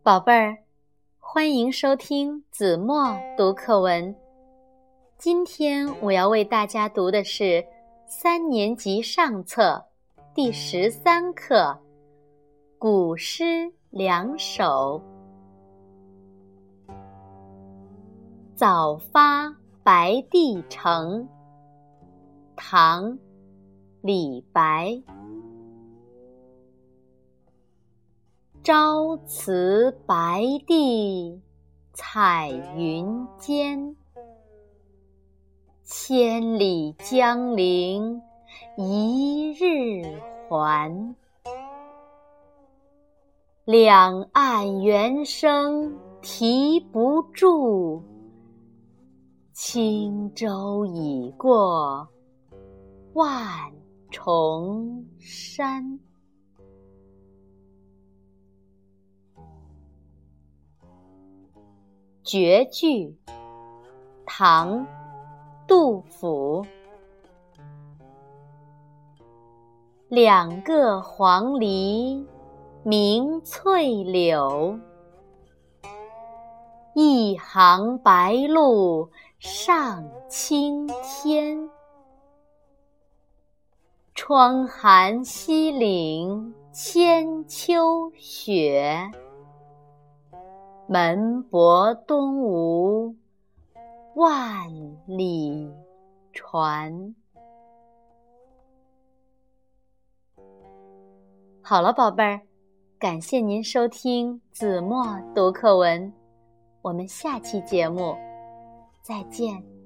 宝贝儿，欢迎收听子墨读课文。今天我要为大家读的是3年级上册第13课《古诗两首》。早发白帝城，唐·李白。朝辞白帝彩云间，千里江陵一日还。两岸猿声啼不住，轻舟已过万重山。绝句，唐·杜甫。两个黄鹂鸣翠柳，一行白鹭上青天。窗含西岭千秋雪，门泊东吴万里船。好了，宝贝儿，感谢您收听子墨读课文，我们下期节目再见。